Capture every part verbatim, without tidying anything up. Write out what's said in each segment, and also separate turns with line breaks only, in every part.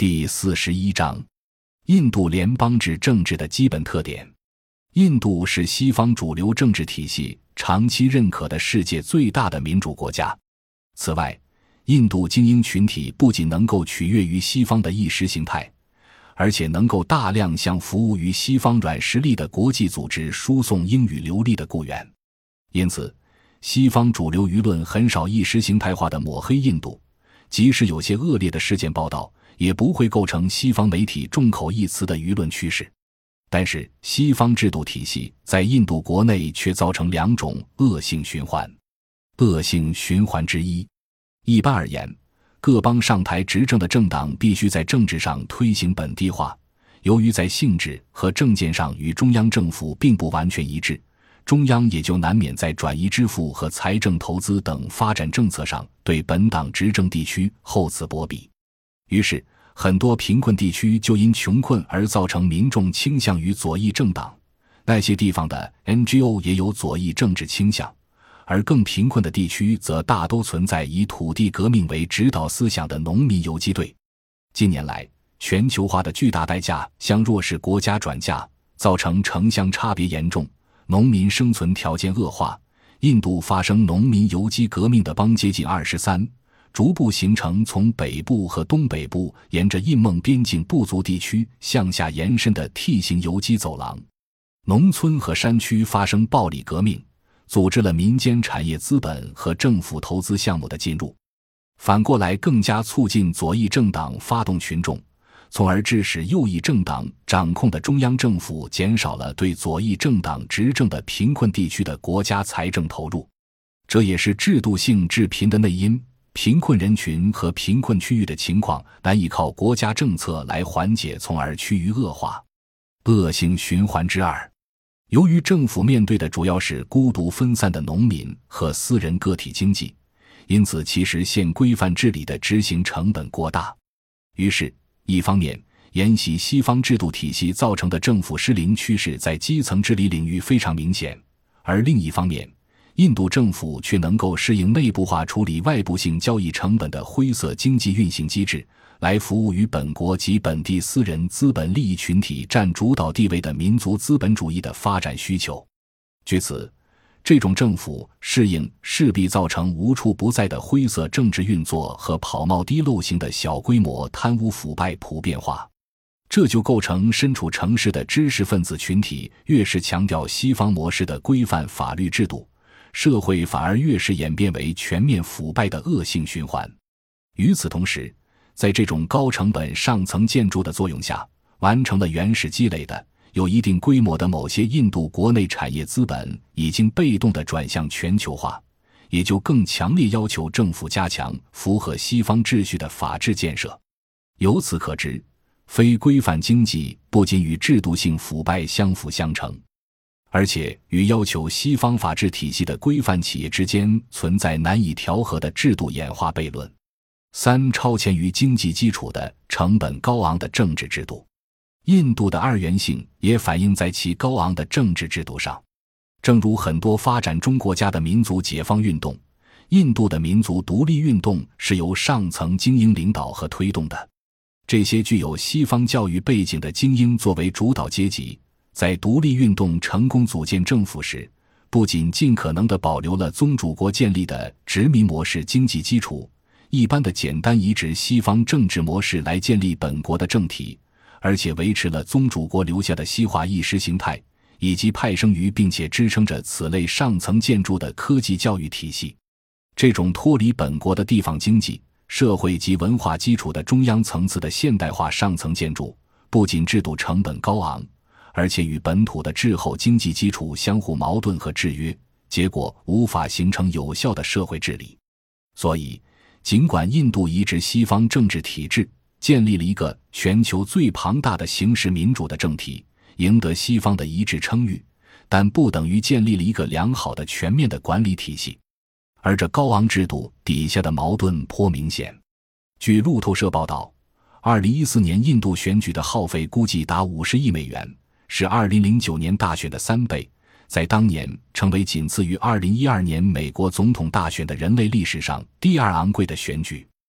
第四十一章，印度联邦制政治的基本特点。印度是西方主流政治体系长期认可的世界最大的民主国家。此外，印度精英群体不仅能够取悦于西方的意识形态，而且能够大量向服务于西方软实力的国际组织输送英语流利的雇员。因此，西方主流舆论很少意识形态化的抹黑印度，即使有些恶劣的事件报道，也不会构成西方媒体重口一词的舆论趋势。但是，西方制度体系在印度国内却造成两种恶性循环。恶性循环之一，一般而言，各邦上台执政的政党必须在政治上推行本地化，由于在性质和政见上与中央政府并不完全一致，中央也就难免在转移支付和财政投资等发展政策上对本党执政地区厚此薄彼。于是，很多贫困地区就因穷困而造成民众倾向于左翼政党，那些地方的 N G O 也有左翼政治倾向，而更贫困的地区则大都存在以土地革命为指导思想的农民游击队。近年来，全球化的巨大代价向弱势国家转嫁，造成城乡差别严重，农民生存条件恶化。印度发生农民游击革命的邦接近二十三，逐步形成从北部和东北部沿着印孟边境部族地区向下延伸的 T 型游击走廊。农村和山区发生暴力革命，组织了民间产业资本和政府投资项目的进入，反过来更加促进左翼政党发动群众，从而致使右翼政党掌控的中央政府减少了对左翼政党执政的贫困地区的国家财政投入。这也是制度性致贫的内因，贫困人群和贫困区域的情况难以靠国家政策来缓解，从而趋于恶化。恶性循环之二，由于政府面对的主要是孤独分散的农民和私人个体经济，因此其实现规范治理的执行成本过大。于是，一方面，沿袭西方制度体系造成的政府失灵趋势在基层治理领域非常明显，而另一方面，印度政府却能够适应内部化处理外部性交易成本的灰色经济运行机制，来服务于本国及本地私人资本利益群体占主导地位的民族资本主义的发展需求。据此，这种政府适应势必造成无处不在的灰色政治运作和跑冒滴漏型的小规模贪污腐败普遍化。这就构成身处城市的知识分子群体越是强调西方模式的规范法律制度，社会反而越是演变为全面腐败的恶性循环。与此同时，在这种高成本上层建筑的作用下，完成了原始积累的有一定规模的某些印度国内产业资本已经被动地转向全球化，也就更强烈要求政府加强符合西方秩序的法治建设。由此可知，非规范经济不仅与制度性腐败相辅相成，而且与要求西方法治体系的规范企业之间存在难以调和的制度演化悖论。三、超前于经济基础的成本高昂的政治制度。印度的二元性也反映在其高昂的政治制度上。正如很多发展中国家的民族解放运动，印度的民族独立运动是由上层精英领导和推动的。这些具有西方教育背景的精英作为主导阶级，在独立运动成功组建政府时，不仅尽可能地保留了宗主国建立的殖民模式经济基础，一般的简单移植西方政治模式来建立本国的政体，而且维持了宗主国留下的西化意识形态，以及派生于并且支撑着此类上层建筑的科技教育体系。这种脱离本国的地方经济、社会及文化基础的中央层次的现代化上层建筑，不仅制度成本高昂，而且与本土的滞后经济基础相互矛盾和制约，结果无法形成有效的社会治理。所以，尽管印度移植西方政治体制，建立了一个全球最庞大的形式民主的政体，赢得西方的一致称誉，但不等于建立了一个良好的全面的管理体系。而这高昂制度底下的矛盾颇明显。据路透社报道，二零一四年印度选举的耗费估计达五十亿美元，是二零零九年大选的三倍，在当年成为仅次于二零一二年美国总统大选的人类历史上第二昂贵的选举。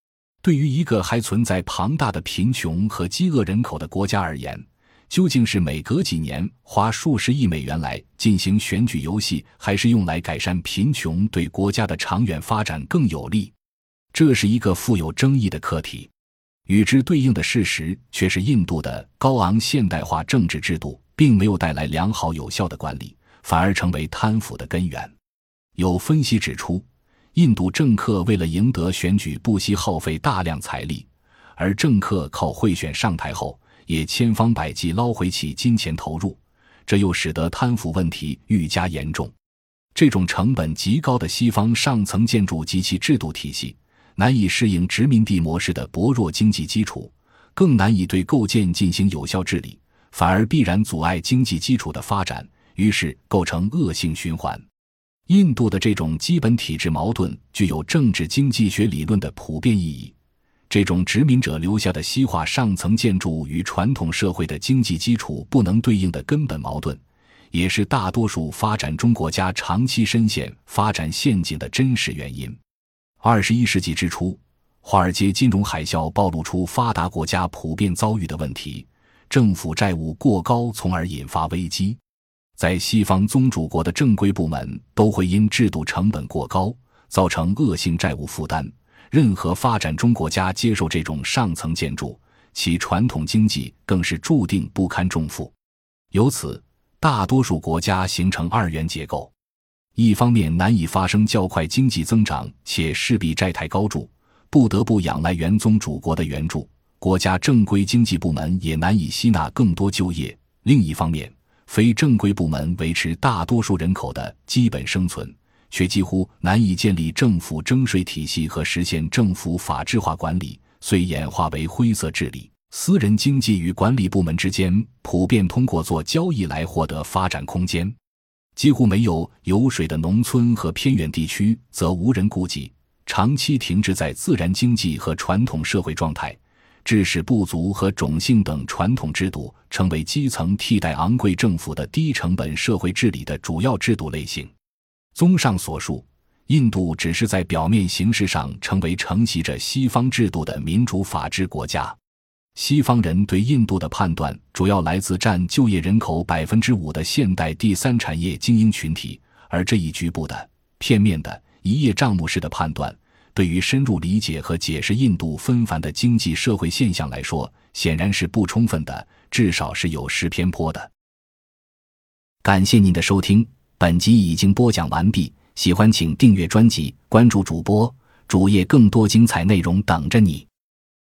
对于一个还存在庞大的贫穷和饥饿人口的国家而言，究竟是每隔几年花数十亿美元来进行选举游戏，还是用来改善贫穷对国家的长远发展更有利？这是一个富有争议的课题。与之对应的事实却是，印度的高昂现代化政治制度并没有带来良好有效的管理，反而成为贪腐的根源。有分析指出，印度政客为了赢得选举不惜耗费大量财力，而政客靠贿选上台后也千方百计捞回其金钱投入，这又使得贪腐问题愈加严重。这种成本极高的西方上层建筑及其制度体系难以适应殖民地模式的薄弱经济基础，更难以对构建进行有效治理，反而必然阻碍经济基础的发展，于是构成恶性循环。印度的这种基本体制矛盾具有政治经济学理论的普遍意义。这种殖民者留下的西化上层建筑与传统社会的经济基础不能对应的根本矛盾，也是大多数发展中国家长期深陷发展陷阱的真实原因。二十一世纪之初，华尔街金融海啸暴露出发达国家普遍遭遇的问题，政府债务过高，从而引发危机。在西方宗主国的正规部门都会因制度成本过高，造成恶性债务负担，任何发展中国家接受这种上层建筑，其传统经济更是注定不堪重负。由此，大多数国家形成二元结构，一方面难以发生较快经济增长，且势必债台高筑，不得不仰赖原宗主国的援助，国家正规经济部门也难以吸纳更多就业；另一方面，非正规部门维持大多数人口的基本生存，却几乎难以建立政府征税体系和实现政府法治化管理，遂演化为灰色治理。私人经济与管理部门之间普遍通过做交易来获得发展空间。几乎没有有水的农村和偏远地区则无人顾及，长期停滞在自然经济和传统社会状态，致使部族和种姓等传统制度成为基层替代昂贵政府的低成本社会治理的主要制度类型。综上所述，印度只是在表面形式上成为承袭着西方制度的民主法治国家。西方人对印度的判断主要来自占就业人口 百分之五 的现代第三产业精英群体，而这一局部的、片面的、一叶障目式的判断，对于深入理解和解释印度纷繁的经济社会现象来说，显然是不充分的，至少是有失偏颇的。感谢您的收听，本集已经播讲完毕，喜欢请订阅专辑，关注主播，主页更多精彩内容等着你。